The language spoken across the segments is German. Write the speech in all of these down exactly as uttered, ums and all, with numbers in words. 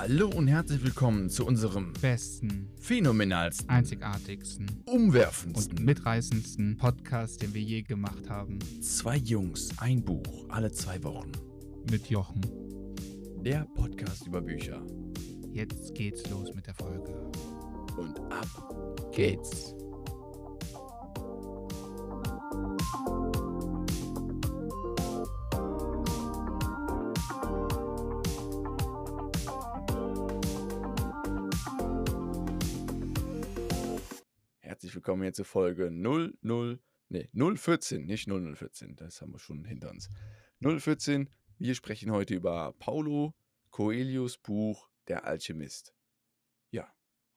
Hallo und herzlich willkommen zu unserem besten, phänomenalsten, einzigartigsten umwerfendsten und mitreißendsten Podcast, den wir je gemacht haben. Zwei Jungs, ein Buch, alle zwei Wochen. Mit Jochen. Der Podcast über Bücher. Jetzt geht's los mit der Folge. Und ab geht's. Herzlich willkommen hier zur Folge null null, nee, null vierzehn, nicht null null vierzehn, das haben wir schon hinter uns. null vierzehn, wir sprechen heute über Paulo Coelhos Buch Der Alchemist. Ja,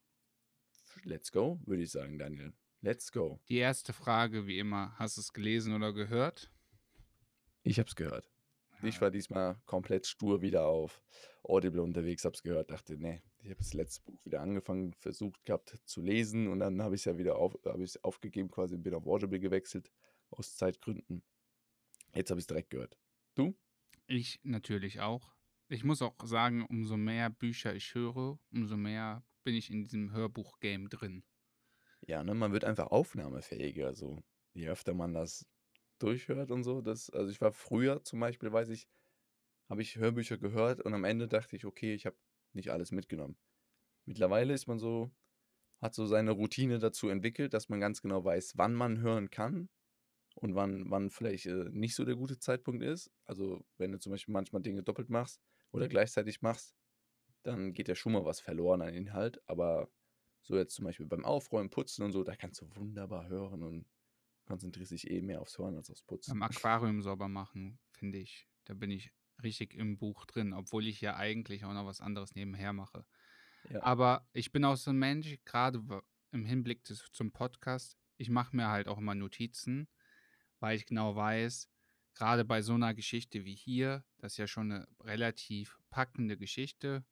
let's go, würde ich sagen, Daniel. Let's go. Die erste Frage, wie immer, hast du es gelesen oder gehört? Ich hab's gehört. Ich war diesmal komplett stur wieder auf Audible unterwegs, hab's gehört, dachte, nee, ich habe das letzte Buch wieder angefangen, versucht gehabt zu lesen und dann habe ich es ja wieder auf, habe ich aufgegeben, quasi bin auf Audible gewechselt, aus Zeitgründen. Jetzt habe ich es direkt gehört. Du? Ich natürlich auch. Ich muss auch sagen, umso mehr Bücher ich höre, umso mehr bin ich in diesem Hörbuch-Game drin. Ja, ne, man wird einfach aufnahmefähiger, so je öfter man das durchhört und so. Das, also ich war früher zum Beispiel, weiß ich, habe ich Hörbücher gehört und am Ende dachte ich, okay, ich habe nicht alles mitgenommen. Mittlerweile ist man so, hat so seine Routine dazu entwickelt, dass man ganz genau weiß, wann man hören kann und wann, wann vielleicht äh, nicht so der gute Zeitpunkt ist. Also wenn du zum Beispiel manchmal Dinge doppelt machst oder gleichzeitig machst, dann geht ja schon mal was verloren an Inhalt. Aber so jetzt zum Beispiel beim Aufräumen, Putzen und so, da kannst du wunderbar hören und konzentrierst dich eh mehr aufs Hören als aufs Putzen. Beim Aquarium sauber machen, finde ich, da bin ich richtig im Buch drin, obwohl ich ja eigentlich auch noch was anderes nebenher mache. Ja. Aber ich bin auch so ein Mensch, gerade w- im Hinblick des, zum Podcast, ich mache mir halt auch immer Notizen, weil ich genau weiß, gerade bei so einer Geschichte wie hier, das ist ja schon eine relativ packende Geschichte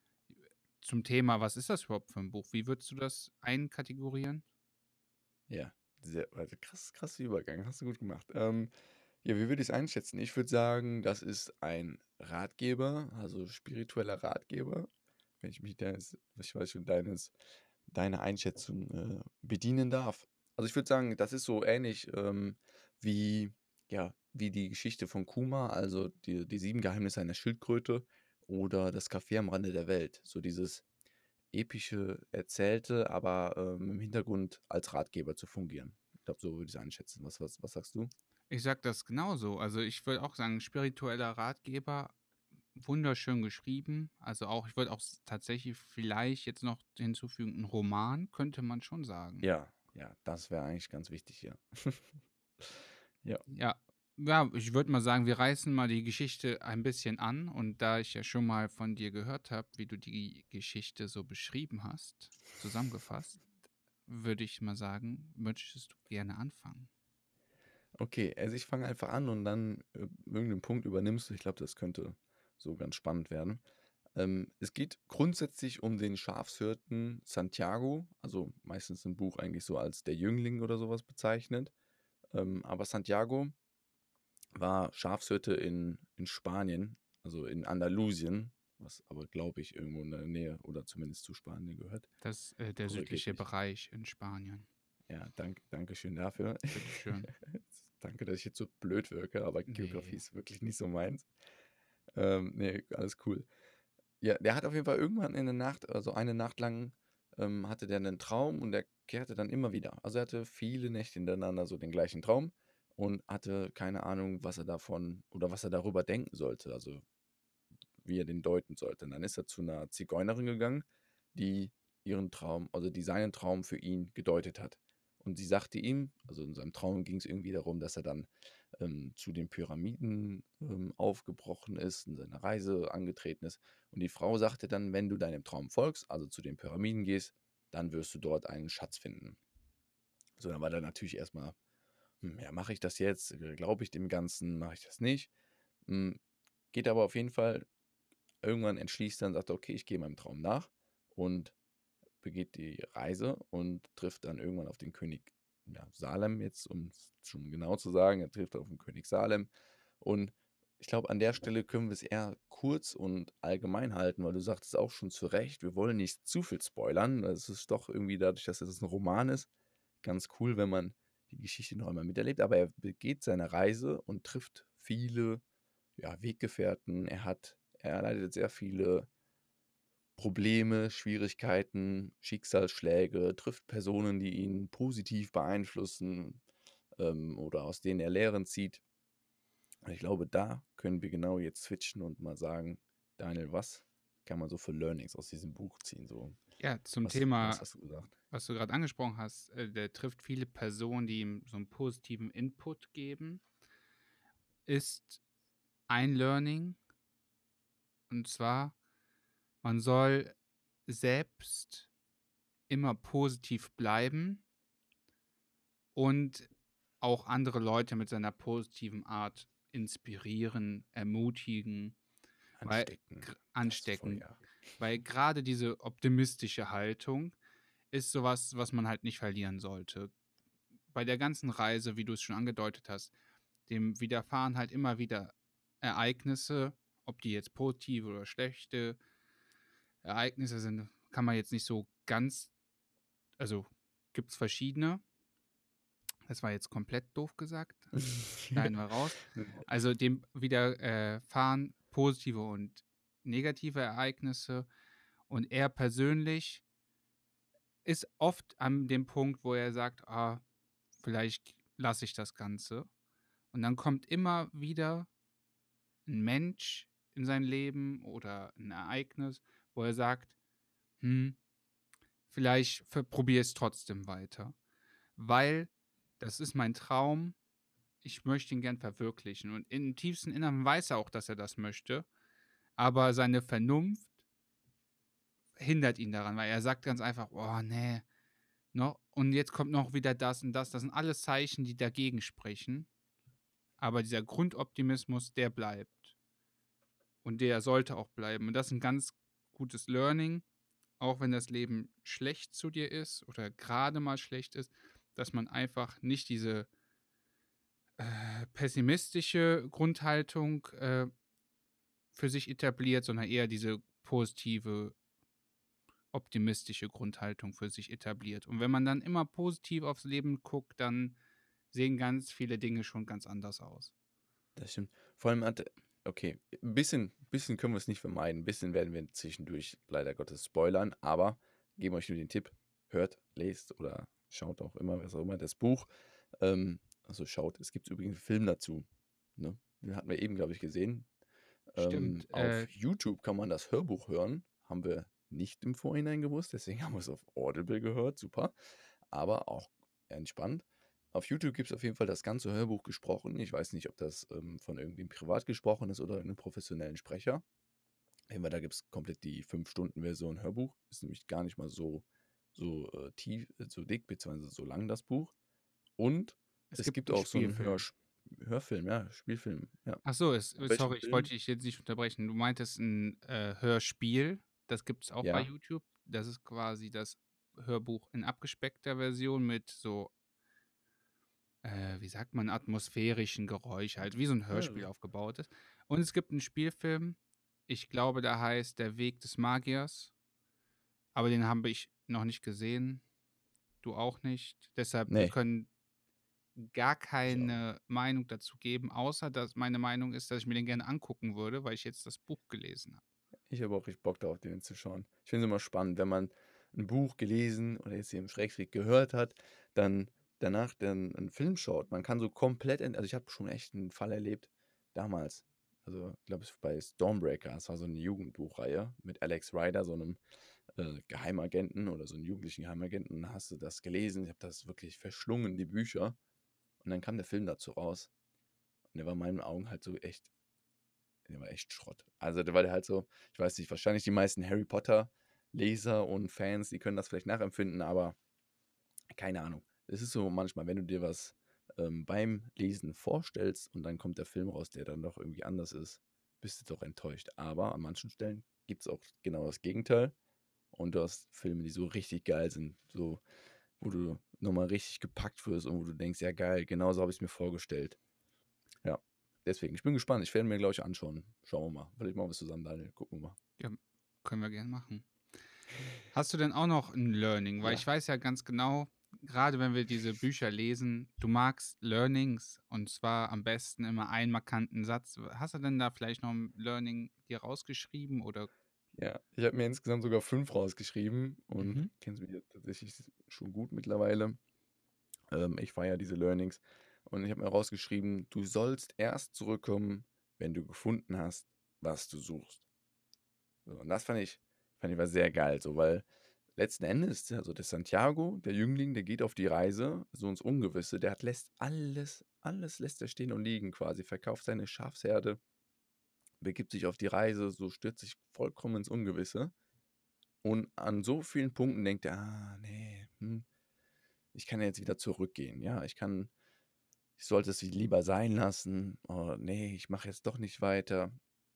zum Thema, was ist das überhaupt für ein Buch? Wie würdest du das einkategorieren? Ja, sehr, also krass, krasser Übergang, hast du gut gemacht. Ähm, ja, wie würde ich es einschätzen? Ich würde sagen, das ist ein Ratgeber, also spiritueller Ratgeber, wenn ich mich deines, ich weiß schon, deines, deiner Einschätzung äh, bedienen darf. Also ich würde sagen, das ist so ähnlich ähm, wie, ja, wie die Geschichte von Kuma, also die, die sieben Geheimnisse einer Schildkröte oder das Café am Rande der Welt. So dieses epische Erzählte, aber ähm, im Hintergrund als Ratgeber zu fungieren. Ich glaube, so würde ich es einschätzen. Was, was, was sagst du? Ich sag das genauso. Also ich würde auch sagen, spiritueller Ratgeber, wunderschön geschrieben. Also auch, ich würde auch s- tatsächlich vielleicht jetzt noch hinzufügen, ein Roman, könnte man schon sagen. Ja, ja, das wäre eigentlich ganz wichtig hier. Ja, Ja, ja, ich würde mal sagen, wir reißen mal die Geschichte ein bisschen an. Und da ich ja schon mal von dir gehört habe, wie du die Geschichte so beschrieben hast, zusammengefasst, würde ich mal sagen, möchtest du gerne anfangen? okay, also ich fange einfach an und dann äh, irgendeinen Punkt übernimmst du. Ich glaube, das könnte so ganz spannend werden. Ähm, es geht grundsätzlich um den Schafshirten Santiago, also meistens im Buch eigentlich so als der Jüngling oder sowas bezeichnet. Ähm, aber Santiago war Schafshirte in, in Spanien, also in Andalusien, was aber, glaube ich, irgendwo in der Nähe oder zumindest zu Spanien gehört. Das ist äh, der Korrigiert südliche mich. Bereich in Spanien. Ja, dank, danke schön dafür. Bitteschön. Danke, dass ich jetzt so blöd wirke, aber Geografie Nee. ist wirklich nicht so meins. Ähm, nee, alles cool. Ja, der hat auf jeden Fall irgendwann in der Nacht, also eine Nacht lang, ähm, hatte der einen Traum und der kehrte dann immer wieder. Also er hatte viele Nächte hintereinander so den gleichen Traum und hatte keine Ahnung, was er davon oder was er darüber denken sollte, also wie er den deuten sollte. Und dann ist er zu einer Zigeunerin gegangen, die ihren Traum, also die seinen Traum für ihn gedeutet hat. Und sie sagte ihm, also in seinem Traum ging es irgendwie darum, dass er dann ähm, zu den Pyramiden ähm, aufgebrochen ist, in seiner Reise angetreten ist. Und die Frau sagte dann, wenn du deinem Traum folgst, also zu den Pyramiden gehst, dann wirst du dort einen Schatz finden. So, dann war er natürlich erstmal, hm, ja, mache ich das jetzt? Glaube ich dem Ganzen? Mache ich das nicht? Hm, geht aber auf jeden Fall irgendwann entschließt er und sagt, okay, ich gehe meinem Traum nach und begeht die Reise und trifft dann irgendwann auf den König, ja, Salem jetzt, um es schon genau zu sagen, er trifft auf den König Salem und Ich glaube, an der Stelle können wir es eher kurz und allgemein halten, weil du sagtest auch schon zu Recht, wir wollen nicht zu viel spoilern. Es ist doch irgendwie dadurch, dass es ein Roman ist, ganz cool, wenn man die Geschichte noch einmal miterlebt. Aber er begeht seine Reise und trifft viele, ja, Weggefährten. Er hat er erleidet sehr viele Probleme, Schwierigkeiten, Schicksalsschläge, trifft Personen, die ihn positiv beeinflussen, ähm, oder aus denen er Lehren zieht. Und ich glaube, da können wir genau jetzt switchen und mal sagen, Daniel, was kann man so für Learnings aus diesem Buch ziehen? So, Ja, zum was, was Thema, hast du gesagt? was du gerade angesprochen hast, äh, der trifft viele Personen, die ihm so einen positiven Input geben, ist ein Learning, und zwar, man soll selbst immer positiv bleiben und auch andere Leute mit seiner positiven Art inspirieren, ermutigen, weil Anstecken. gr Das anstecken, Feuer. weil gerade diese optimistische Haltung ist sowas, was man halt nicht verlieren sollte. Bei der ganzen Reise, wie du es schon angedeutet hast, dem widerfahren halt immer wieder Ereignisse, ob die jetzt positive oder schlechte Ereignisse sind, kann man jetzt nicht so ganz, also gibt es verschiedene. Das war jetzt komplett doof gesagt. Schneiden wir raus. Also dem widerfahren positive und negative Ereignisse, und er persönlich ist oft an dem Punkt, wo er sagt, ah, vielleicht lasse ich das Ganze. Und dann kommt immer wieder ein Mensch in sein Leben oder ein Ereignis, wo er sagt, hm, vielleicht probiere es trotzdem weiter, weil das ist mein Traum, ich möchte ihn gern verwirklichen. Und im tiefsten Inneren weiß er auch, dass er das möchte, aber seine Vernunft hindert ihn daran, weil er sagt ganz einfach, oh nee, noch, und jetzt kommt noch wieder das und das. Das sind alles Zeichen, die dagegen sprechen. Aber dieser Grundoptimismus, der bleibt. Und der sollte auch bleiben. Und das ist ein ganz gutes Learning, auch wenn das Leben schlecht zu dir ist oder gerade mal schlecht ist, dass man einfach nicht diese äh, pessimistische Grundhaltung äh, für sich etabliert, sondern eher diese positive, optimistische Grundhaltung für sich etabliert. Und wenn man dann immer positiv aufs Leben guckt, dann sehen ganz viele Dinge schon ganz anders aus. Das stimmt. Vor allem hat, okay, ein bisschen, bisschen können wir es nicht vermeiden. Ein bisschen werden wir zwischendurch leider Gottes spoilern, aber geben euch nur den Tipp, hört, lest oder schaut auch immer, was auch immer, das Buch. Ähm, also schaut, es gibt übrigens einen Film dazu. Ne? Den hatten wir eben, glaube ich, gesehen. Ähm, Stimmt. auf Äh, YouTube kann man das Hörbuch hören. Haben wir nicht im Vorhinein gewusst, deswegen haben wir es auf Audible gehört. Super. Aber auch entspannt. Auf YouTube gibt es auf jeden Fall das ganze Hörbuch gesprochen. Ich weiß nicht, ob das ähm, von irgendwem privat gesprochen ist oder einem professionellen Sprecher. Immer da gibt es komplett die fünf Stunden Version Hörbuch. Ist nämlich gar nicht mal so, so äh, tief, äh, so dick, beziehungsweise so lang das Buch. Und es es gibt gibt einen auch so einen Spielfilm. Hörs Hörfilm, ja, Spielfilm, ja. Ach so, es, Auf welchen sorry, ich wollte Film? dich jetzt nicht unterbrechen. Du meintest ein äh, Hörspiel, das gibt es auch bei Ja. YouTube. Das ist quasi das Hörbuch in abgespeckter Version mit so, äh, wie sagt man, atmosphärischen Geräusch, halt wie so ein Ja, Hörspiel so. aufgebaut ist. Und es gibt einen Spielfilm, ich glaube, der heißt Der Weg des Magiers, aber den habe ich noch nicht gesehen, du auch nicht. Deshalb, wir Nee, können gar ich auch nicht. keine Meinung dazu geben, außer dass meine Meinung ist, dass ich mir den gerne angucken würde, weil ich jetzt das Buch gelesen habe. Ich habe auch richtig Bock darauf, den zu schauen. Ich finde es immer spannend, wenn man ein Buch gelesen oder jetzt hier im Schrägstrich gehört hat, dann danach dann einen Film schaut. Man kann so komplett, ent also ich habe schon echt einen Fall erlebt, damals. Also, ich glaube, es war bei Stormbreaker. Das war so eine Jugendbuchreihe mit Alex Rider, so einem äh, Geheimagenten oder so einem jugendlichen Geheimagenten. Dann hast du das gelesen. Ich habe das wirklich verschlungen, die Bücher. Und dann kam der Film dazu raus. Und der war in meinen Augen halt so echt der war echt Schrott. Also, der war der halt so, ich weiß nicht, wahrscheinlich die meisten Harry Potter-Leser und Fans, die können das vielleicht nachempfinden, aber keine Ahnung. Es ist so manchmal, wenn du dir was ähm, beim Lesen vorstellst und dann kommt der Film raus, der dann doch irgendwie anders ist, bist du doch enttäuscht. Aber an manchen Stellen gibt es auch genau das Gegenteil. Und du hast Filme, die so richtig geil sind, so, wo du nochmal richtig gepackt wirst und wo du denkst, ja geil, genau so habe ich es mir vorgestellt. Ja. deswegen, ich bin gespannt. Ich werde mir, glaube ich, anschauen. Schauen wir mal. Vielleicht machen wir es zusammen, Daniel. Gucken wir mal. Ja, können wir gerne machen. Hast du denn auch noch ein Learning? Weil Ja. ich weiß ja ganz genau, gerade wenn wir diese Bücher lesen, du magst Learnings und zwar am besten immer einen markanten Satz. Hast du denn da vielleicht noch ein Learning dir rausgeschrieben oder? Ja, ich habe mir insgesamt sogar fünf rausgeschrieben und Mhm. kennst mich ja tatsächlich schon gut mittlerweile. Ähm, ich feiere diese Learnings und ich habe mir rausgeschrieben, du sollst erst zurückkommen, wenn du gefunden hast, was du suchst. So, und das fand ich, fand ich war sehr geil, so, weil letzten Endes, also der Santiago, der Jüngling, der geht auf die Reise, so ins Ungewisse, der hat lässt alles, alles lässt er stehen und liegen quasi, verkauft seine Schafsherde, begibt sich auf die Reise, so stürzt sich vollkommen ins Ungewisse. Und an so vielen Punkten denkt er, ah, nee, hm, ich kann ja jetzt wieder zurückgehen. Ja, ich kann, ich sollte es lieber sein lassen. Oh, nee, ich mache jetzt doch nicht weiter.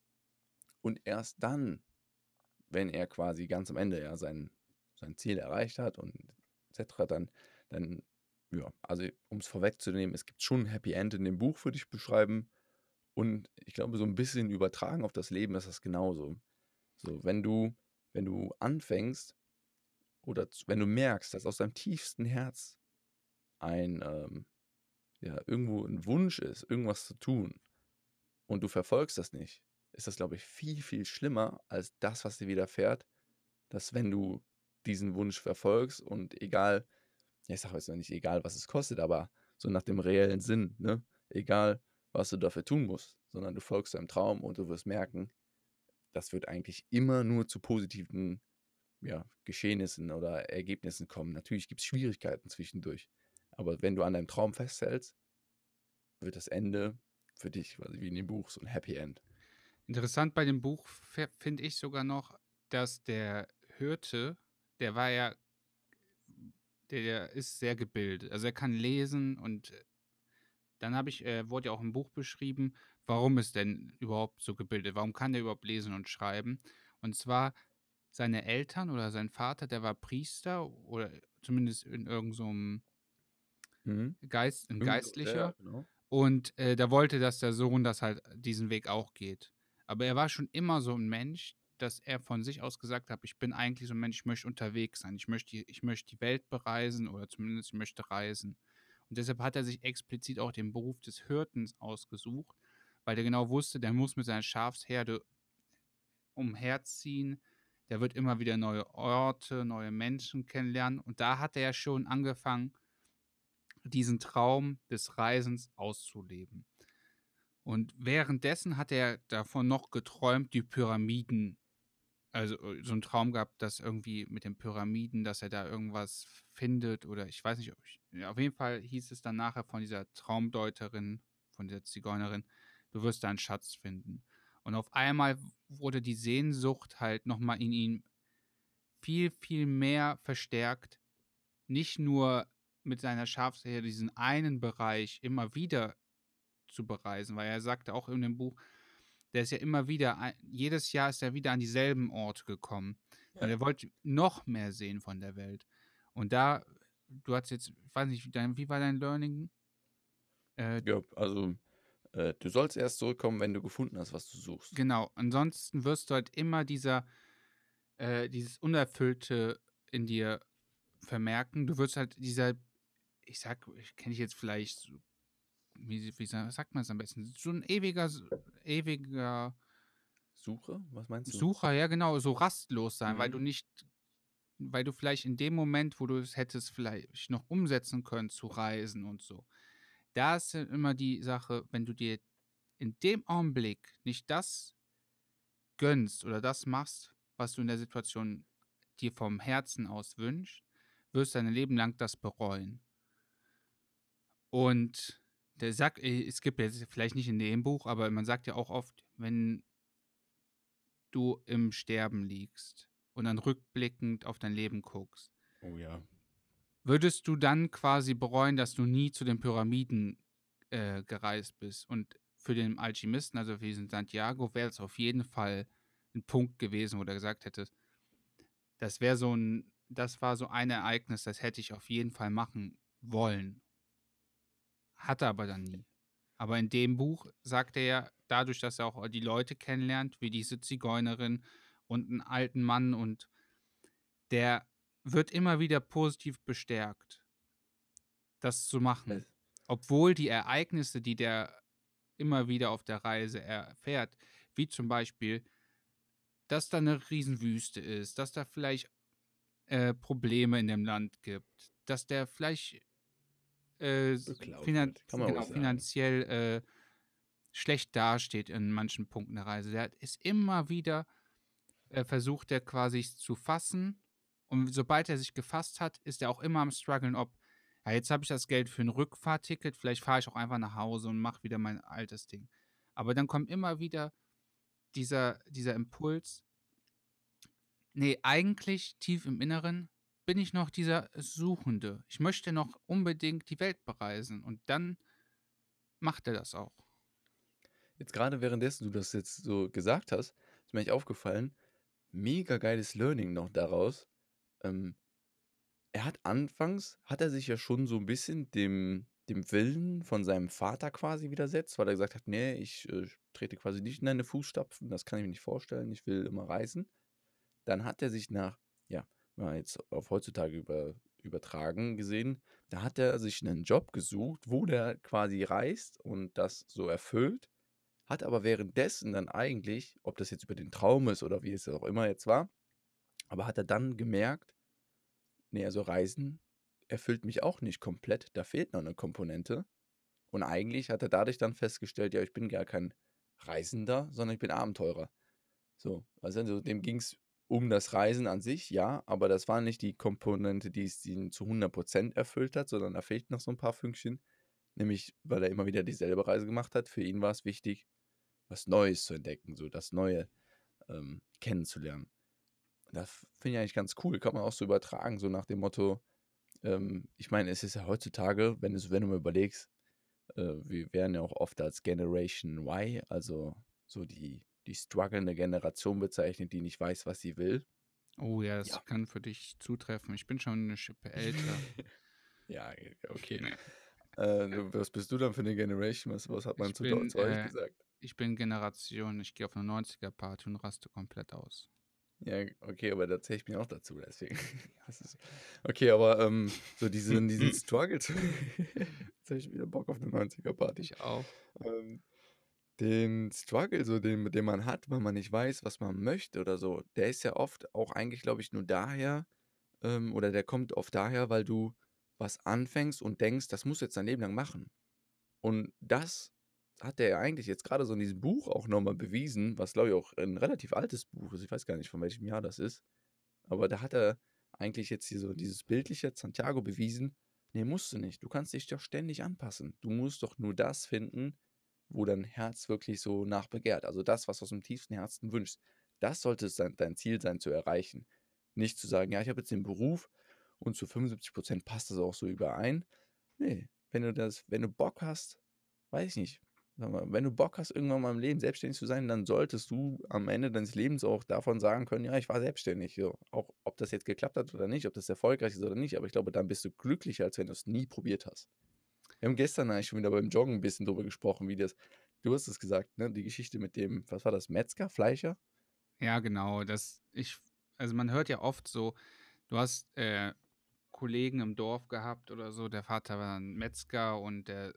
Und erst dann, wenn er quasi ganz am Ende ja sein, sein Ziel erreicht hat und et cetera, dann, dann, ja, also um es vorwegzunehmen, es gibt schon ein Happy End in dem Buch, würde ich beschreiben. Und ich glaube, so ein bisschen übertragen auf das Leben ist das genauso. So, wenn du, wenn du anfängst oder z- wenn du merkst, dass aus deinem tiefsten Herz ein, ähm, ja, irgendwo ein Wunsch ist, irgendwas zu tun und du verfolgst das nicht, ist das, glaube ich, viel, viel schlimmer als das, was dir widerfährt, dass wenn du diesen Wunsch verfolgst und egal, ja, ich sage jetzt noch nicht egal, was es kostet, aber so nach dem reellen Sinn, ne? Egal, was du dafür tun musst, sondern du folgst deinem Traum und du wirst merken, das wird eigentlich immer nur zu positiven, ja, Geschehnissen oder Ergebnissen kommen. Natürlich gibt es Schwierigkeiten zwischendurch, aber wenn du an deinem Traum festhältst, wird das Ende für dich quasi wie in dem Buch so ein Happy End. Interessant bei dem Buch fe- finde ich sogar noch, dass der Hirte, der war ja, der, der ist sehr gebildet. Also er kann lesen und äh, dann habe ich, äh, wurde ja auch im Buch beschrieben, warum ist denn überhaupt so gebildet? Warum kann der überhaupt lesen und schreiben? Und zwar seine Eltern oder sein Vater, der war Priester oder zumindest in irgendeinem so einem Mhm. Geist, ein Irgendwie so, ja, ja, Geistlicher. genau. Und äh, da wollte, dass der Sohn das halt diesen Weg auch geht. Aber er war schon immer so ein Mensch, dass er von sich aus gesagt hat, ich bin eigentlich so ein Mensch, ich möchte unterwegs sein, ich möchte, ich möchte die Welt bereisen oder zumindest ich möchte reisen. Und deshalb hat er sich explizit auch den Beruf des Hirtens ausgesucht, weil er genau wusste, der muss mit seiner Schafsherde umherziehen, der wird immer wieder neue Orte, neue Menschen kennenlernen. Und da hat er ja schon angefangen, diesen Traum des Reisens auszuleben. Und währenddessen hat er davon noch geträumt, die Pyramiden, also äh, so einen Traum gehabt, dass irgendwie mit den Pyramiden, dass er da irgendwas findet oder ich weiß nicht, ob ich, ja, auf jeden Fall hieß es dann nachher von dieser Traumdeuterin, von der Zigeunerin, du wirst da einen Schatz finden. Und auf einmal wurde die Sehnsucht halt nochmal in ihm viel, viel mehr verstärkt, nicht nur mit seiner Schafsherde diesen einen Bereich immer wieder zu bereisen, weil er sagte auch in dem Buch, der ist ja immer wieder, ein- jedes Jahr ist er wieder an dieselben Orte gekommen. Und Ja. er wollte noch mehr sehen von der Welt. Und da, du hast jetzt, ich weiß nicht, wie, dein, wie war dein Learning? Äh, Ja, also, äh, du sollst erst zurückkommen, wenn du gefunden hast, was du suchst. genau, ansonsten wirst du halt immer dieser, äh, dieses Unerfüllte in dir vermerken. Du wirst halt dieser, ich sag, ich kenne ich jetzt vielleicht, so, wie, wie sa- sagt man es am besten? So ein ewiger, ewiger Suche? Was meinst du? Sucher, ja genau, so rastlos sein, weil du Mhm. nicht, weil du vielleicht in dem Moment, wo du es hättest vielleicht noch umsetzen können zu reisen und so, da ist ja immer die Sache, wenn du dir in dem Augenblick nicht das gönnst oder das machst, was du in der Situation dir vom Herzen aus wünschst, wirst du dein Leben lang das bereuen. Und der sagt, äh, es gibt jetzt vielleicht nicht in dem Buch, aber man sagt ja auch oft, wenn du im Sterben liegst und dann rückblickend auf dein Leben guckst, Oh ja. würdest du dann quasi bereuen, dass du nie zu den Pyramiden äh, gereist bist? Und für den Alchemisten, also für diesen Santiago, wäre es auf jeden Fall ein Punkt gewesen, wo du gesagt hättest, das wäre so ein, das war so ein Ereignis, das hätte ich auf jeden Fall machen wollen. Hatte aber dann nie. Aber in dem Buch sagt er ja, dadurch, dass er auch die Leute kennenlernt, wie diese Zigeunerin und einen alten Mann, und der wird immer wieder positiv bestärkt, das zu machen. Es Obwohl die Ereignisse, die der immer wieder auf der Reise erfährt, wie zum Beispiel, dass da eine Riesenwüste ist, dass da vielleicht, äh, Probleme in dem Land gibt, dass der vielleicht, äh, s beklaut finan wird, kann man genau, ruhig sagen. finanziell, äh, schlecht dasteht in manchen Punkten der Reise. Der ist immer wieder äh, versucht er quasi es zu fassen, und sobald er sich gefasst hat, ist er auch immer am struggeln, ob: „Ja, jetzt habe ich das Geld für ein Rückfahrticket, vielleicht fahre ich auch einfach nach Hause und mache wieder mein altes Ding.“ Aber dann kommt immer wieder dieser dieser Impuls: „Ne, eigentlich tief im Inneren bin ich noch dieser Suchende. Ich möchte noch unbedingt die Welt bereisen.“ Und dann macht er das auch. Jetzt gerade währenddessen du das jetzt so gesagt hast, ist mir eigentlich aufgefallen, mega geiles Learning noch daraus. Ähm, Er hat anfangs hat er sich ja schon so ein bisschen dem dem Willen von seinem Vater quasi widersetzt, weil er gesagt hat: „Ne, ich, äh, trete quasi nicht in deine Fußstapfen, das kann ich mir nicht vorstellen, ich will immer reisen.“ Dann hat er sich nach ja, mal jetzt auf heutzutage über übertragen gesehen, da hat er sich einen Job gesucht, wo der quasi reist und das so erfüllt, hat aber währenddessen dann eigentlich, ob das jetzt über den Traum ist oder wie es auch immer jetzt war, aber hat er dann gemerkt: „Ne, also Reisen erfüllt mich auch nicht komplett, da fehlt noch eine Komponente.“ Und eigentlich hat er dadurch dann festgestellt: „Ja, ich bin gar kein Reisender, sondern ich bin Abenteurer.“ So, weißt du, also dem ging es um das Reisen an sich, ja, aber das war nicht die Komponente, die es ihn zu hundert Prozent erfüllt hat, sondern da fehlten noch so ein paar Fünkchen, nämlich weil er immer wieder dieselbe Reise gemacht hat. Für ihn war es wichtig, was Neues zu entdecken, so das Neue, ähm, kennenzulernen. Das finde ich eigentlich ganz cool, kann man auch so übertragen, so nach dem Motto, ähm ich meine, es ist ja heutzutage, wenn du's wenn du mal überlegst, äh, wir werden ja auch oft als Generation Y, also so die die strugglende Generation bezeichnet, die nicht weiß, was sie will. Oh ja, das Ja. kann für dich zutreffen. Ich bin schon eine Schippe älter. Ja, okay. Ne. Äh, du was bist du dann für 'ne Generation? Was was hat man Ich zu deu bin, zu euch äh gesagt? ich bin Generation, ich gehe auf 'ne neunziger-Party und raste komplett aus. Ja, okay, aber da zähle ich mich auch dazu, deswegen. Das ist okay, aber, ähm, so diesen diesen Struggle zu jetzt habe ich wieder Bock auf 'ne neunziger-Party. Ich auch. Ähm, Den Struggle, so den den man hat, weil man nicht weiß, was man möchte oder so, der ist ja oft auch eigentlich, glaube ich, nur daher ähm, oder der kommt oft daher, weil du was anfängst und denkst, das musst du jetzt dein Leben lang machen. Und das hat er ja eigentlich jetzt gerade so in diesem Buch auch noch mal bewiesen, was, glaube ich, auch ein relativ altes Buch ist. Ich weiß gar nicht, von welchem Jahr das ist. Aber da hat er eigentlich jetzt hier so dieses bildliche Santiago bewiesen: „Ne, musst du nicht. Du kannst dich doch ständig anpassen. Du musst doch nur das finden, wo dein Herz wirklich so nach begehrt. Also das, was du aus dem tiefsten Herzen wünschst. Das sollte es sein dein Ziel sein zu erreichen. Nicht zu sagen: „Ja, ich habe jetzt den Beruf und zu fünfundsiebzig passt das auch so überein.“ Ne, wenn du das wenn du Bock hast, weiß ich nicht, sag mal, wenn du Bock hast, irgendwann mal im Leben selbstständig zu sein, dann solltest du am Ende deines Lebens auch davon sagen können: „Ja, ich war selbstständig“, so. Auch ob das jetzt geklappt hat oder nicht, ob das erfolgreich ist oder nicht, aber ich glaube, dann bist du glücklicher, als wenn du es nie probiert hast. Wir haben gestern eigentlich schon wieder beim Joggen 'n bisschen drüber gesprochen, wie das du hast es gesagt, ne, die Geschichte mit dem was war das, Metzger, Fleischer? Ja, genau, das ich also, man hört ja oft so, du hast, äh, Kollegen im Dorf gehabt oder so, der Vater war 'n Metzger und der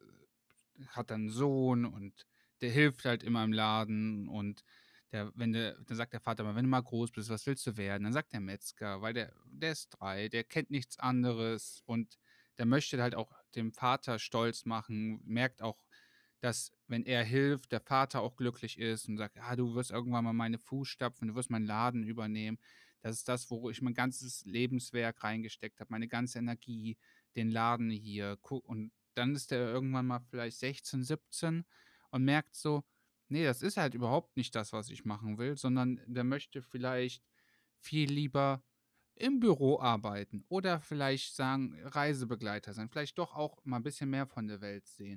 hat dann 'n Sohn und der hilft halt immer im Laden, und der wenn der dann sagt der Vater mal: „Wenn du mal groß bist, was willst du werden?“ Dann sagt der Metzger, weil der der ist drei, der kennt nichts anderes, und der möchte halt auch dem Vater stolz machen, merkt auch, dass, wenn er hilft, der Vater auch glücklich ist und sagt: „Ah, du wirst irgendwann mal meine Fußstapfen, du wirst meinen Laden übernehmen.“ Das ist das, wo ich mein ganzes Lebenswerk reingesteckt habe, meine ganze Energie, den Laden hier. Gu und dann ist er irgendwann mal vielleicht sechzehn, siebzehn und merkt so: „Nee, das ist halt überhaupt nicht das, was ich machen will“, sondern der möchte vielleicht viel lieber im Büro arbeiten oder vielleicht sagen, Reisebegleiter sein, vielleicht doch auch mal 'n bisschen mehr von der Welt sehen.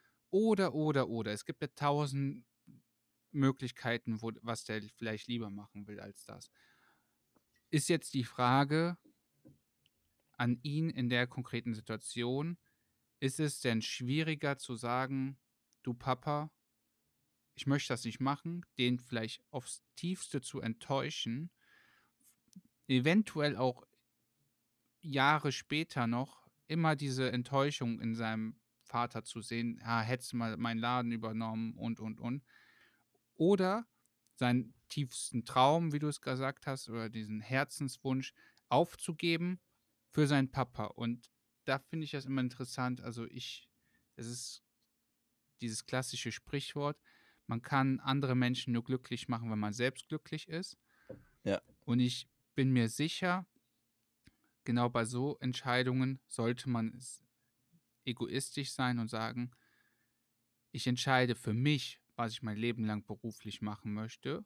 Oder, oder, oder. Es gibt ja tausend Möglichkeiten, wo was der vielleicht lieber machen will als das. Ist jetzt die Frage an ihn in der konkreten Situation: Ist es denn schwieriger zu sagen: du Papa, ich möchte das nicht machen, den vielleicht aufs Tiefste zu enttäuschen, eventuell auch Jahre später noch immer diese Enttäuschung in seinem Vater zu sehen, ah, hättest du mal meinen Laden übernommen und, und, und. Oder seinen tiefsten Traum, wie du es gesagt hast, oder diesen Herzenswunsch aufzugeben für seinen Papa. Und da finde ich das immer interessant. Also ich, es ist dieses klassische Sprichwort, man kann andere Menschen nur glücklich machen, wenn man selbst glücklich ist. Ja, Und ich bin mir sicher, genau bei so Entscheidungen sollte man es egoistisch sein und sagen, ich entscheide für mich, was ich mein Leben lang beruflich machen möchte,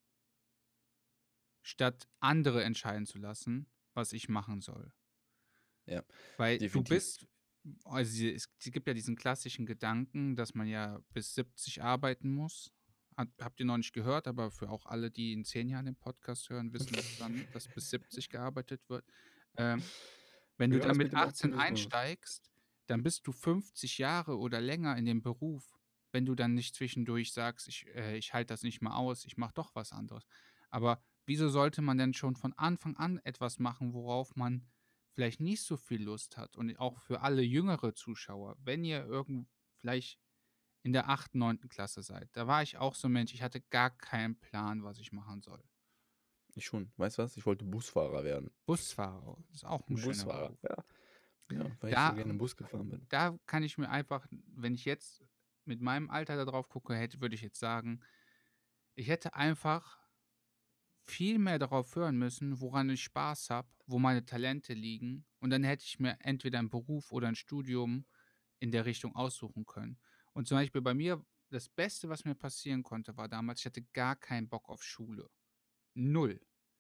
statt andere entscheiden zu lassen, was ich machen soll. ja, Weil du definitiv. bist, also sie- es es gibt ja diesen klassischen Gedanken, dass man ja bis siebzig arbeiten muss. Hat, habt ihr noch nicht gehört, aber für auch alle, die in zehn Jahren den Podcast hören, wissen das dann, dass bis siebzig gearbeitet wird. Ähm, Wenn du Früher war dann das mit mit dem achtzehn Optimismus. einsteigst, dann bist du fünfzig Jahre oder länger in dem Beruf, wenn du dann nicht zwischendurch sagst, ich, äh, ich halte das nicht mehr aus, ich mache doch was anderes. Aber wieso sollte man denn schon von Anfang an etwas machen, worauf man vielleicht nicht so viel Lust hat? Und auch für alle jüngere Zuschauer, wenn ihr irgend vielleicht in der achten, neunten Klasse seid, da war ich auch so ein Mensch, ich hatte gar keinen Plan, was ich machen soll. Ich schon. Weißt du was? Ich wollte Busfahrer werden. Busfahrer, das ist auch ein schöner Busfahrer, Beruf. ja. Ja, weil ich so Da gerne Bus gefahren bin. da kann ich mir einfach, wenn ich jetzt mit meinem Alter da drauf gucke, hätte würde ich jetzt sagen, ich hätte einfach viel mehr darauf hören müssen, woran ich Spaß habe, wo meine Talente liegen, und dann hätte ich mir entweder einen Beruf oder ein Studium in der Richtung aussuchen können. Und zum Beispiel bei mir, das Beste, was mir passieren konnte, war damals, ich hatte gar keinen Bock auf Schule. Null.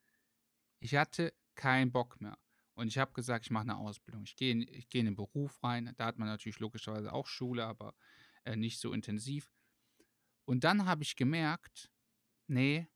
Ich hatte keinen Bock mehr. Und ich habe gesagt, ich mache eine Ausbildung. Ich gehe in ich gehe in den Beruf rein. Da hat man natürlich logischerweise auch Schule, aber, äh, nicht so intensiv. Und dann habe ich gemerkt, nee,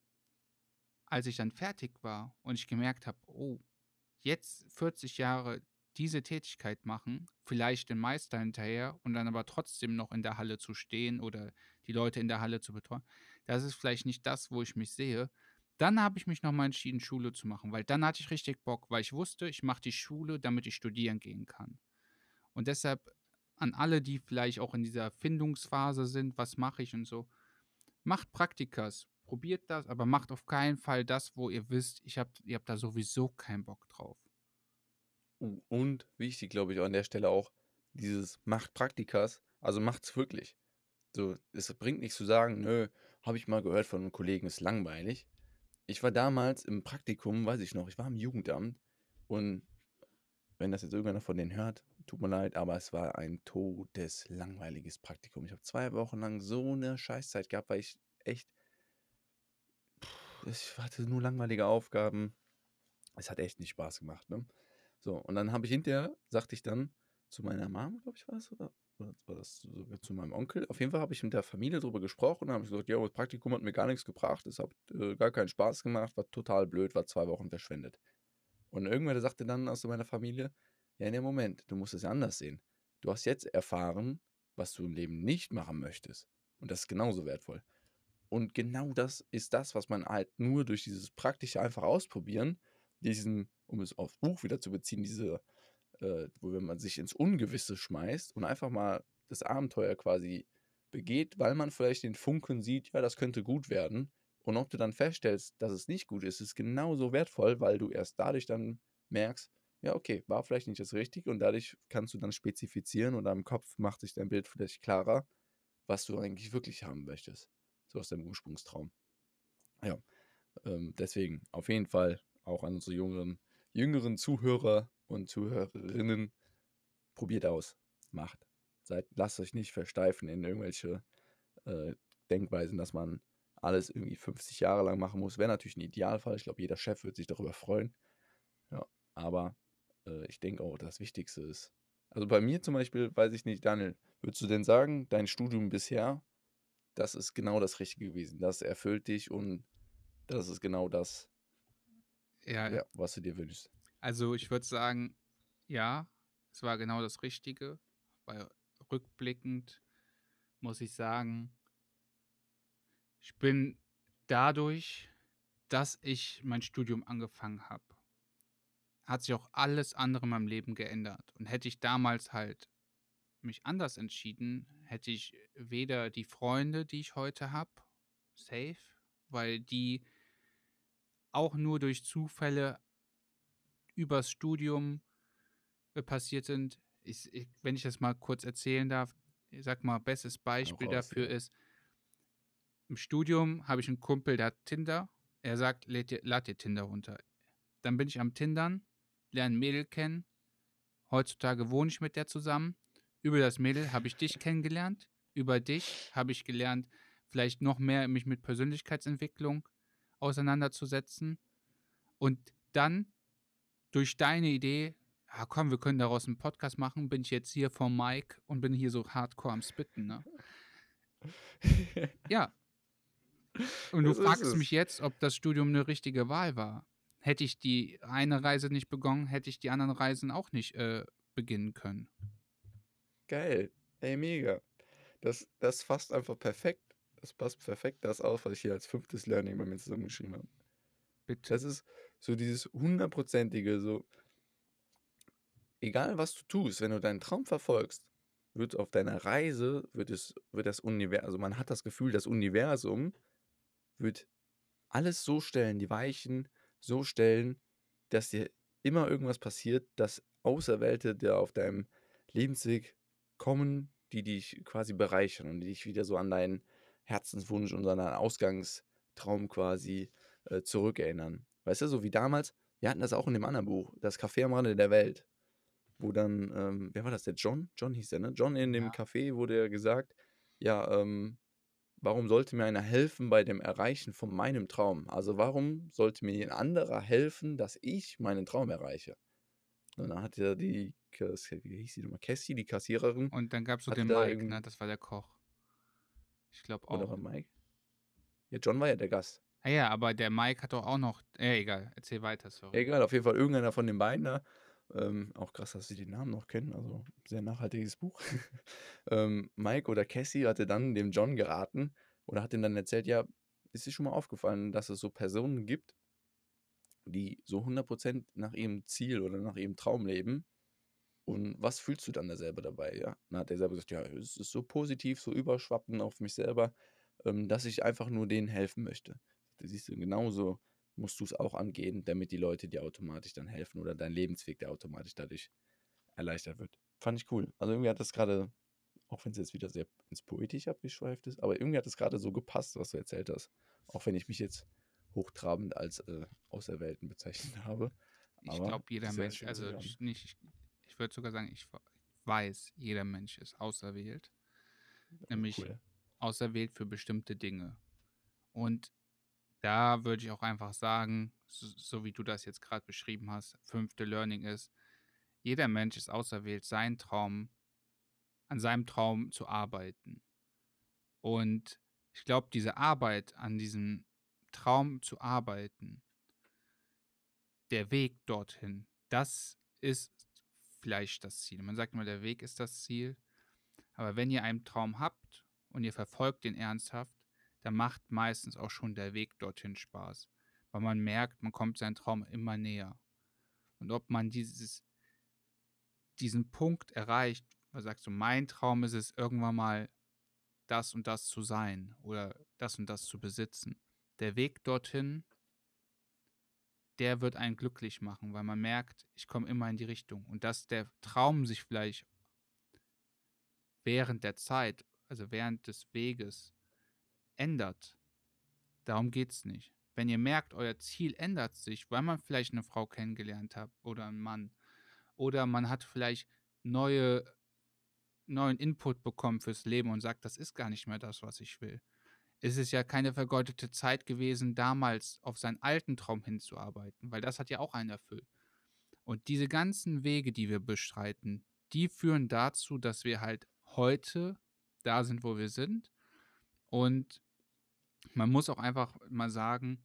als ich dann fertig war und ich gemerkt habe: „Oh, jetzt vierzig Jahre diese Tätigkeit machen, vielleicht den Meister hinterher und dann aber trotzdem noch in der Halle zu stehen oder die Leute in der Halle zu betreuen. Das ist vielleicht nicht das, wo ich mich sehe." Dann habe ich mich nochmal entschieden, Schule zu machen, weil dann hatte ich richtig Bock, weil ich wusste, ich mache die Schule, damit ich studieren gehen kann. Und deshalb an alle, die vielleicht auch in dieser Findungsphase sind, was mache ich und so, macht Praktikas, probiert das, aber macht auf keinen Fall das, wo ihr wisst, ich hab, ihr habt da sowieso keinen Bock drauf. U und wichtig, glaube ich, an der Stelle auch, dieses macht Praktikas, also macht's wirklich. So, es bringt nichts zu sagen: „Nö, habe ich mal gehört von 'nem Kollegen, ist langweilig.“ Ich war damals im Praktikum, weiß ich noch, ich war im Jugendamt und wenn das jetzt irgendeiner von denen hört, tut mir leid, aber es war ein todeslangweiliges Praktikum. Ich habe zwei Wochen lang so 'ne Scheißzeit gehabt, weil ich echt ich hatte nur langweilige Aufgaben. Es hat echt nicht Spaß gemacht, ne? So, und dann habe ich hinterher sagte ich dann zu meiner Mom, glaube ich, war's, oder oder war das sogar zu meinem Onkel? Auf jeden Fall habe ich mit der Familie drüber gesprochen und habe ich gesagt: „Jo, das Praktikum hat mir gar nichts gebracht. Es hat, äh, gar keinen Spaß gemacht, war total blöd, war zwei Wochen verschwendet.“ Und irgendwer, der sagte dann aus so meiner Familie: „Ja, ne, Moment, du musst es ja anders sehen. Du hast jetzt erfahren, was du im Leben nicht machen möchtest. Und das ist genauso wertvoll.“ Und genau das ist das, was man halt nur durch dieses praktische einfach ausprobieren, diesen, um es aufs Buch wieder zu beziehen, diese, äh, wo wenn man sich ins Ungewisse schmeißt und einfach mal das Abenteuer quasi begeht, weil man vielleicht den Funken sieht, ja, das könnte gut werden. Und ob du dann feststellst, dass es nicht gut ist, ist genauso wertvoll, weil du erst dadurch dann merkst, ja, okay, war vielleicht nicht das Richtige und dadurch kannst du dann spezifizieren und deinem Kopf macht sich dein Bild vielleicht klarer, was du eigentlich wirklich haben möchtest. So aus deinem Ursprungstraum. Ja, ähm, deswegen auf jeden Fall auch an unsere jüngeren, jüngeren Zuhörer und Zuhörerinnen, probiert aus, macht. Seid, lasst euch nicht versteifen in irgendwelche äh, Denkweisen, dass man alles irgendwie fünfzig Jahre lang machen muss. Wäre natürlich ein Idealfall. Ich glaube, jeder Chef würde sich darüber freuen. Ja, aber äh, ich denke auch, das Wichtigste ist. Also bei mir zum Beispiel, weiß ich nicht, Daniel, würdest du denn sagen, dein Studium bisher, das ist genau das Richtige gewesen? Das erfüllt dich und das ist genau das, Ja, ja, was du dir wünschst? also ich würde sagen, ja, es war genau das Richtige, weil rückblickend muss ich sagen, ich bin dadurch, dass ich mein Studium angefangen habe, hat sich auch alles andere in meinem Leben geändert. Und hätte ich damals halt mich anders entschieden, hätte ich weder die Freunde, die ich heute habe, safe, weil die auch nur durch Zufälle übers Studium äh, passiert sind. Ich, ich, wenn ich das mal kurz erzählen darf, ich sag mal, bestes Hau Beispiel raus, dafür ja. ist, im Studium habe ich einen Kumpel, der hat Tinder. Er sagt, lädt dir, lad dir Tinder runter. Dann bin ich am Tindern, lerne ein Mädel kennen. Heutzutage wohne ich mit der zusammen. Über das Mädel habe ich dich kennengelernt. Über dich habe ich gelernt, vielleicht noch mehr mich mit Persönlichkeitsentwicklung auseinanderzusetzen. Und dann durch deine Idee, ja komm, wir können daraus einen Podcast machen, bin ich jetzt hier vom Mic und bin hier so hardcore am Spitten, ne? Ja, und du Das ist fragst mich es. jetzt, ob das Studium eine richtige Wahl war. Hätte ich die eine Reise nicht begonnen, hätte ich die anderen Reisen auch nicht äh, beginnen können. Geil. Ey, mega. Das, das fasst einfach perfekt. Das passt perfekt das auf, was ich hier als fünftes Learning bei mir zusammengeschrieben habe. Bitte. Das ist so dieses hundertprozentige, so, egal was du tust, wenn du deinen Traum verfolgst, wird auf deiner Reise, wird es, wird das Universum, also man hat das Gefühl, das Universum wird alles so stellen, die Weichen so stellen, dass dir immer irgendwas passiert, dass Auserwählte, der auf deinem Lebensweg kommen, die dich quasi bereichern und die dich wieder so an deinen Herzenswunsch und an deinen Ausgangstraum quasi äh, zurückerinnern. Weißt du, so wie damals, wir hatten das auch in dem anderen Buch, das Café am Rande der Welt, wo dann, ähm, wer war das, der John? John hieß der, ne? John in dem Ja. Café wurde ja gesagt, ja, ähm, warum sollte mir einer helfen bei dem Erreichen von meinem Traum? Also warum sollte mir ein anderer helfen, dass ich meinen Traum erreiche? Und dann hat ja die, Kass- wie hieß die nochmal, Cassie, die Kassiererin, Und dann gab es so hatte den da Mike, ne? irgendwie, Das war der Koch. Ich glaube oder auch. war Mike? Ja, John war ja der Gast. Ah ja, aber der Mike hat doch auch noch. Äh, egal, erzähl weiter, sorry. Egal, auf jeden Fall irgendeiner von den beiden da. Ähm, auch krass, dass sie den Namen noch kennen, also sehr nachhaltiges Buch. ähm, Mike oder Cassie hatte dann dem John geraten oder hat ihm dann erzählt, ja, ist dir schon mal aufgefallen, dass es so Personen gibt, die so hundert Prozent nach ihrem Ziel oder nach ihrem Traum leben. Und was fühlst du dann da selber dabei? Ja, dann hat er selber gesagt, ja, es ist so positiv, so überschwappen auf mich selber, ähm, dass ich einfach nur denen helfen möchte. Du siehst du, genauso musst du es auch angehen, damit die Leute dir automatisch dann helfen oder dein Lebensweg, der automatisch dadurch erleichtert wird. Fand ich cool. Also irgendwie hat das gerade, auch wenn es jetzt wieder sehr ins Poetische abgeschweift ist, aber irgendwie hat es gerade so gepasst, was du erzählt hast. Auch wenn ich mich jetzt hochtrabend als äh, Auserwählten bezeichnet habe. Ich Aber glaube, jeder sehr Mensch, schön zu also hören. ich, nicht, ich, ich würde sogar sagen, ich weiß, jeder Mensch ist auserwählt. Oh, Nämlich cool. auserwählt für bestimmte Dinge. Und da würde ich auch einfach sagen, so, so wie du das jetzt gerade beschrieben hast, fünfte Learning ist, jeder Mensch ist auserwählt, seinen Traum, an seinem Traum zu arbeiten. Und ich glaube, diese Arbeit, an diesem Traum zu arbeiten, der Weg dorthin, das ist vielleicht das Ziel. Man sagt immer, der Weg ist das Ziel. Aber wenn ihr einen Traum habt und ihr verfolgt den ernsthaft, dann macht meistens auch schon der Weg dorthin Spaß. Weil man merkt, man kommt seinem Traum immer näher. Und ob man dieses, diesen Punkt erreicht, man sagt so, mein Traum ist es, irgendwann mal das und das zu sein oder das und das zu besitzen. Der Weg dorthin, der wird einen glücklich machen, weil man merkt, ich komme immer in die Richtung. Und dass der Traum sich vielleicht während der Zeit, also während des Weges, ändert, darum geht es nicht. Wenn ihr merkt, euer Ziel ändert sich, weil man vielleicht eine Frau kennengelernt hat oder einen Mann, oder man hat vielleicht neue, neuen Input bekommen fürs Leben und sagt, das ist gar nicht mehr das, was ich will. Es ist ja keine vergeudete Zeit gewesen, damals auf seinen alten Traum hinzuarbeiten, weil das hat ja auch einen erfüllt. Und diese ganzen Wege, die wir bestreiten, die führen dazu, dass wir halt heute da sind, wo wir sind. Und man muss auch einfach mal sagen,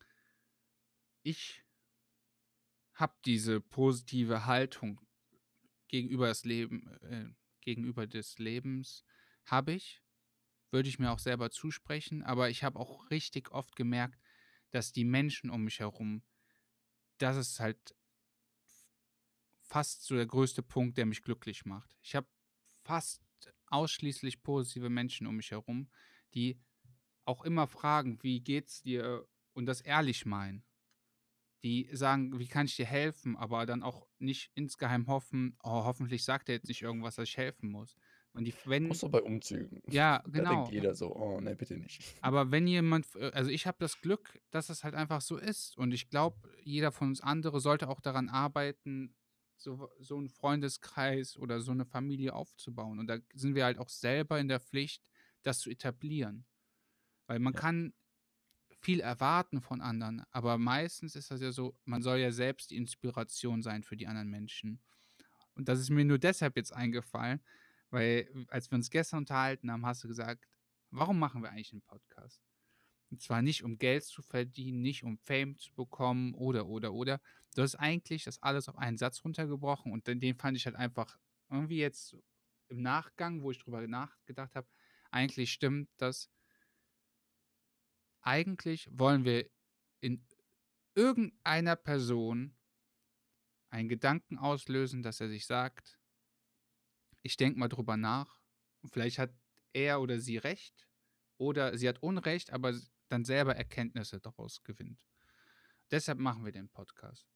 ich habe diese positive Haltung gegenüber das Leben, äh, gegenüber des Lebens, habe ich, würde ich mir auch selber zusprechen, aber ich habe auch richtig oft gemerkt, dass die Menschen um mich herum, das ist halt fast so der größte Punkt, der mich glücklich macht. Ich habe fast ausschließlich positive Menschen um mich herum, die auch immer fragen: „Wie geht's dir?“ und das ehrlich meinen. Die sagen: „Wie kann ich dir helfen?“, aber dann auch nicht insgeheim hoffen: „Oh, hoffentlich sagt er jetzt nicht irgendwas, dass ich helfen muss.“ Und die wenn Außer bei Umzügen. ja, Da denkt genau. jeder so: „Oh, ne, bitte nicht.“ Aber wenn jemand f äh, also, ich habe das Glück, dass es halt einfach so ist. Und ich glaube, jeder von uns andere sollte auch daran arbeiten, so w so 'n Freundeskreis oder so 'ne Familie aufzubauen. Und da sind wir halt auch selber in der Pflicht, das zu etablieren. Weil man Ja. kann viel erwarten von anderen, aber meistens ist das ja so, man soll ja selbst die Inspiration sein für die anderen Menschen. Und das ist mir nur deshalb jetzt eingefallen, weil, als wir uns gestern unterhalten haben, hast du gesagt: „Warum machen wir eigentlich 'n Podcast?“ Und zwar nicht, um Geld zu verdienen, nicht um Fame zu bekommen oder, oder, oder. Du hast eigentlich das alles auf einen Satz runtergebrochen und den den fand ich halt einfach irgendwie jetzt im Nachgang, wo ich drüber nachgedacht habe, eigentlich stimmt das. Eigentlich wollen wir in irgendeiner Person einen Gedanken auslösen, dass er sich sagt: „Ich denke mal drüber nach und vielleicht hat er oder sie recht oder sie hat Unrecht“, aber s dann selber Erkenntnisse daraus gewinnt. Deshalb machen wir den Podcast.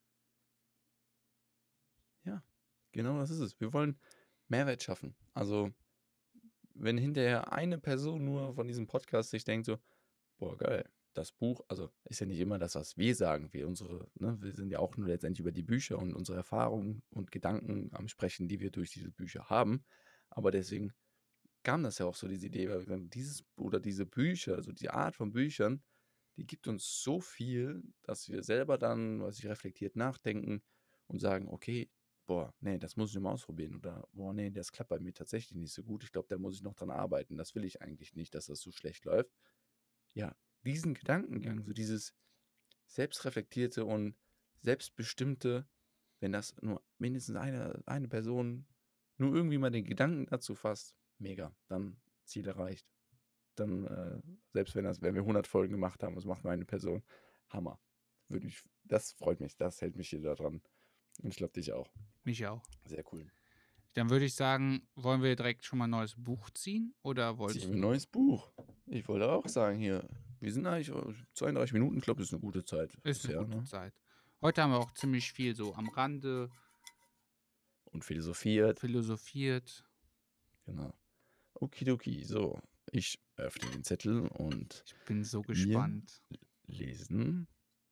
Ja, genau das ist es. Wir wollen Mehrwert schaffen. Also, wenn hinterher eine Person nur von diesem Podcast sich denkt so: „Boah, geil, das Buch“, also, ist ja nicht immer das, was wir sagen, wir unsere ne, wir sind ja auch nur letztendlich über die Bücher und unsere Erfahrungen und Gedanken am Sprechen, die wir durch diese Bücher haben. Aber deswegen kam das ja auch so, diese Idee, weil wir sagen, dieses oder diese Bücher, also die Art von Büchern, die gibt uns so viel, dass wir selber dann, weiß ich, reflektiert nachdenken und sagen: „Okay, boah, ne, das muss ich mal ausprobieren“ oder „Boah, ne, das klappt bei mir tatsächlich nicht so gut. Ich glaube, da muss ich noch dran arbeiten. Das will ich eigentlich nicht, dass das so schlecht läuft.“ Ja, diesen Gedankengang, so dieses selbstreflektierte und selbstbestimmte, wenn das nur mindestens eine eine Person nur irgendwie mal den Gedanken dazu fasst, mega, dann Ziel erreicht. Dann, äh, selbst wenn das wenn wir hundert Folgen gemacht haben, das macht nur eine Person, Hammer. Würde mich das freut mich, das hält mich hier da dran. Und ich glaube, dich auch. Mich auch. Sehr cool. Dann würde ich sagen, wollen wir direkt schon mal 'n neues Buch ziehen oder Ziehen wolltest wir 'n du neues Buch. Ich wollte auch sagen hier, wir sind eigentlich, äh, zweiunddreißig Minuten, ich glaube, das ist 'ne gute Zeit Ist 'ne bisher, gute ne? Zeit. Heute haben wir auch ziemlich viel so am Rande Und philosophiert. philosophiert. Genau. Okidoki. So, ich öffne den Zettel und Ich bin so wir gespannt. l lesen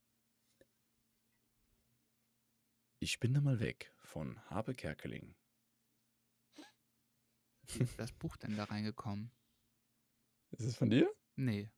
„Ich bin da mal weg“ von Harpe Kerkeling. Wie ist das Buch denn da reingekommen? Ist es von dir? Ne.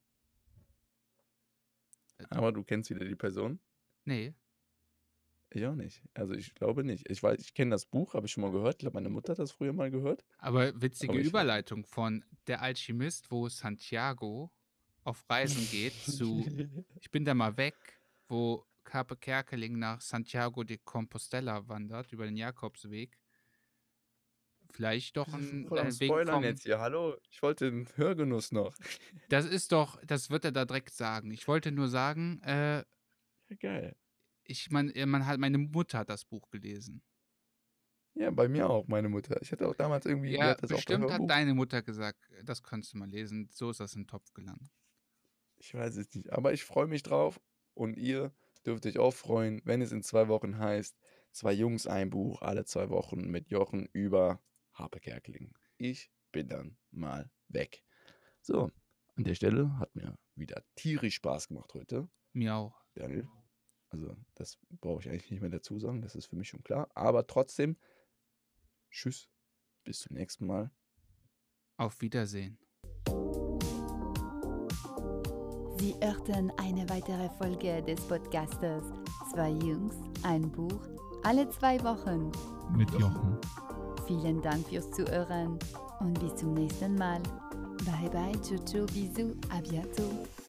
Äh Aber du kennst wieder die Person? Ne. Ich auch nicht. Also, ich glaube nicht. Ich weiß ich kenne das Buch, habe ich schon mal gehört. Ich glaube, meine Mutter hat das früher mal gehört. Aber witzige Aber ich weiß Überleitung von „Der Alchemist“, wo Santiago auf Reisen geht, zu „Ich bin da mal weg“, wo Harpe Kerkeling nach Santiago de Compostela wandert über den Jakobsweg. Vielleicht doch Bist du 'n voll am ein Wink Spoilern vom jetzt hier. Hallo, ich wollte 'n Hörgenuss noch. Das ist doch das wird er da direkt sagen. Ich wollte nur sagen, äh Ja, geil. ich meine, äh, man hat meine Mutter hat das Buch gelesen. Ja, bei mir auch, meine Mutter. Ich hatte auch damals irgendwie die Ja, hat das auch bei bestimmt hat Hörbuch deine Mutter gesagt: „Das könntest du mal lesen.“ So ist das in 'n Topf gelandet. Ich weiß es nicht, aber ich freue mich drauf und ihr dürft euch auch freuen, wenn es in zwei Wochen heißt: „zwei Jungs, ein Buch, alle zwei Wochen mit Jochen über Harpe Kerkeling. Ich bin dann mal weg.“ So, an der Stelle hat mir wieder tierisch Spaß gemacht heute. Mir auch. Daniel, also, das brauche ich eigentlich nicht mehr dazu sagen, das ist für mich schon klar, aber trotzdem tschüss, bis zum nächsten Mal. Auf Wiedersehen. Sie hörten eine weitere Folge des Podcasters „zwei Jungs, ein Buch“, alle zwei Wochen. Mit Jochen. Vielen Dank fürs Zuhören und bis zum nächsten Mal. Bye bye, ciao ciao, bisous, à bientôt.